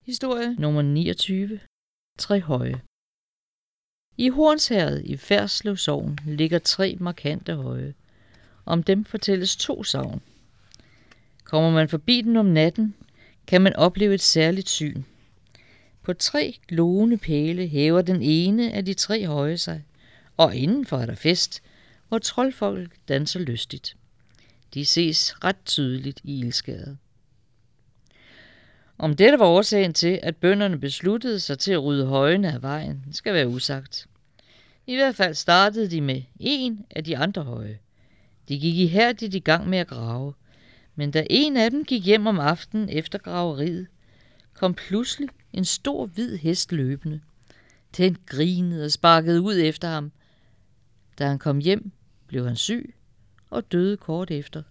Historie nummer 29. Trehøje. I Hornsherred i Ferslev Sogn ligger 3 markante høje. Om dem fortælles 2 sagn. Kommer man forbi den om natten, kan man opleve et særligt syn. På 3 gloende pæle hæver den ene af de 3 høje sig, og indenfor er der fest, hvor troldfolk danser lystigt. De ses ret tydeligt i ildskæret. Om dette var årsagen til, at bønderne besluttede sig til at rydde højene af vejen, skal være usagt. I hvert fald startede de med en af de andre høje. De gik ihærdigt i gang med at grave, men da en af dem gik hjem om aftenen efter graveriet, kom pludselig en stor hvid hest løbende. Den grinede og sparkede ud efter ham. Da han kom hjem, blev han syg og døde kort efter.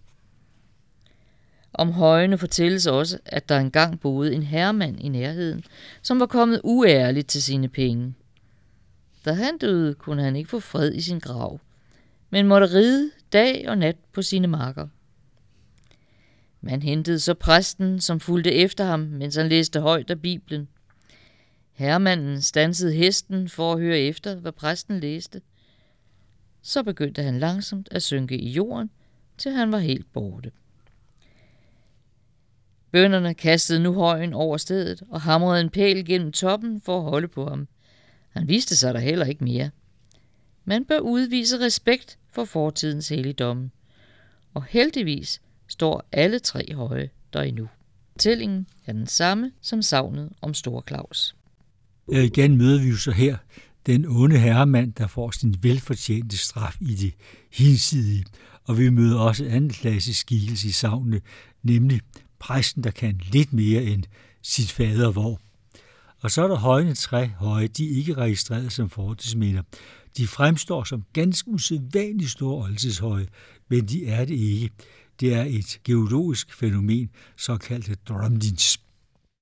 Om højene fortælles også, at der engang boede en herremand i nærheden, som var kommet uærligt til sine penge. Da han døde, kunne han ikke få fred i sin grav, men måtte ride dag og nat på sine marker. Man hentede så præsten, som fulgte efter ham, mens han læste højt af Bibelen. Herremanden standsede hesten for at høre efter, hvad præsten læste. Så begyndte han langsomt at synke i jorden, til han var helt borte. Bønderne kastede nu højen over stedet og hamrede en pæl gennem toppen for at holde på ham. Han viste sig der heller ikke mere. Man bør udvise respekt for fortidens helligdomme. Og heldigvis står alle 3 høje der endnu. Fortællingen er den samme som sagnet om Store Claus. Igen møder vi jo så her den onde herremand, der får sin velfortjente straf i det hinsidige. Og vi møder også anden klassisk skikkelse i sagnene, nemlig præsten, der kan lidt mere end sit fadervor. Og så er der højene 3 høje, de er ikke registreret som fortidsminder. De fremstår som ganske usædvanligt store oldtidshøje, men de er det ikke. Det er et geologisk fænomen, såkaldt Drumdins.